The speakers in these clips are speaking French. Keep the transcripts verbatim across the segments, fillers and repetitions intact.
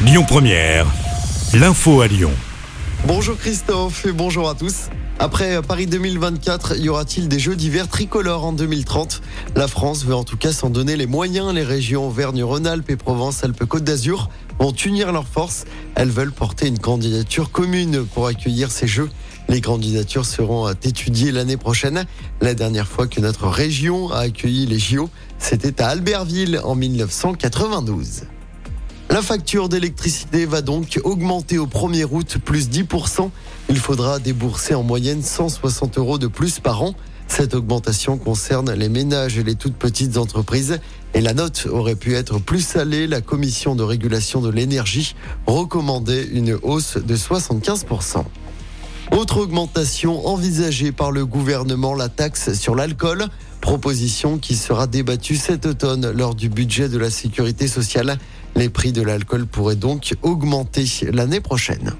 Lyon Première, l'info à Lyon. Bonjour Christophe et bonjour à tous. Après Paris deux mille vingt-quatre, y aura-t-il des Jeux d'hiver tricolores en deux mille trente ? La France veut en tout cas s'en donner les moyens. Les régions Auvergne-Rhône-Alpes et Provence-Alpes-Côte d'Azur vont unir leurs forces. Elles veulent porter une candidature commune pour accueillir ces Jeux. Les candidatures seront étudiées l'année prochaine. La dernière fois que notre région a accueilli les J O, c'était à Albertville en dix-neuf cent quatre-vingt-douze. La facture d'électricité va donc augmenter au premier août, plus dix pour cent. Il faudra débourser en moyenne cent soixante euros de plus par an. Cette augmentation concerne les ménages et les toutes petites entreprises. Et la note aurait pu être plus salée. La commission de régulation de l'énergie recommandait une hausse de soixante-quinze pour cent. Autre augmentation envisagée par le gouvernement, la taxe sur l'alcool. Proposition qui sera débattue cet automne lors du budget de la sécurité sociale. Les prix de l'alcool pourraient donc augmenter l'année prochaine.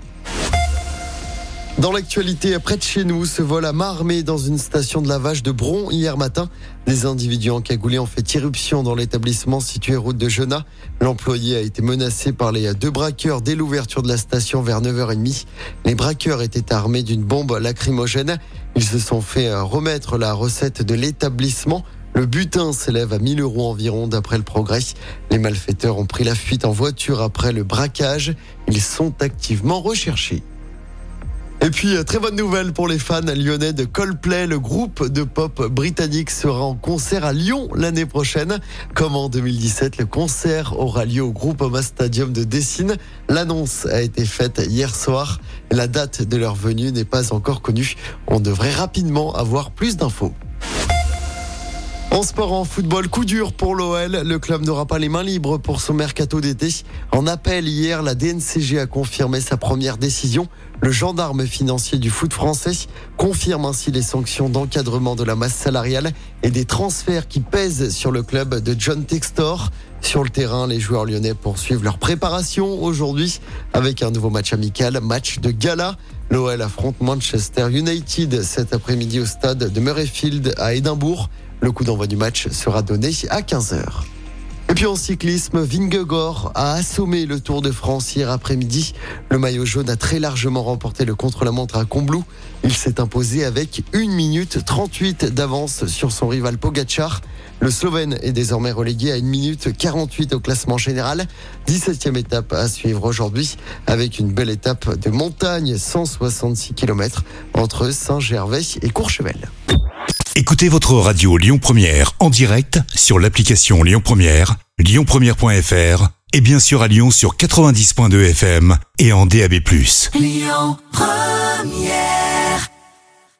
Dans l'actualité, près de chez nous, ce vol à main armée dans une station de lavage de Bron hier matin. Des individus encagoulés ont fait irruption dans l'établissement situé route de Genain. L'employé a été menacé par les deux braqueurs dès l'ouverture de la station vers neuf heures trente. Les braqueurs étaient armés d'une bombe lacrymogène. Ils se sont fait remettre la recette de l'établissement. Le butin s'élève à mille euros environ d'après le Progrès. Les malfaiteurs ont pris la fuite en voiture après le braquage. Ils sont activement recherchés. Et puis, très bonne nouvelle pour les fans lyonnais de Coldplay. Le groupe de pop britannique sera en concert à Lyon l'année prochaine. Comme en deux mille dix-sept, le concert aura lieu au Groupama Stadium de Dessine. L'annonce a été faite hier soir. La date de leur venue n'est pas encore connue. On devrait rapidement avoir plus d'infos. En sport, en football, coup dur pour l'O L. Le club n'aura pas les mains libres pour son mercato d'été. En appel hier, la D N C G a confirmé sa première décision. Le gendarme financier du foot français confirme ainsi les sanctions d'encadrement de la masse salariale et des transferts qui pèsent sur le club de John Textor. Sur le terrain, les joueurs lyonnais poursuivent leur préparation aujourd'hui avec un nouveau match amical, match de gala. L'O L affronte Manchester United cet après-midi au stade de Murrayfield à Édimbourg. Le coup d'envoi du match sera donné à quinze heures. Et puis en cyclisme, Vingegaard a assommé le Tour de France hier après-midi. Le maillot jaune a très largement remporté le contre-la-montre à Combloux. Il s'est imposé avec une minute trente-huit d'avance sur son rival Pogačar. Le Slovène est désormais relégué à une minute quarante-huit au classement général. dix-septième étape à suivre aujourd'hui avec une belle étape de montagne, cent soixante-six kilomètres entre Saint-Gervais et Courchevel. Écoutez votre radio Lyon Première en direct sur l'application Lyon Première, lyon première point f r et bien sûr à Lyon sur quatre-vingt-dix point deux F M et en D A B plus. Lyon Première.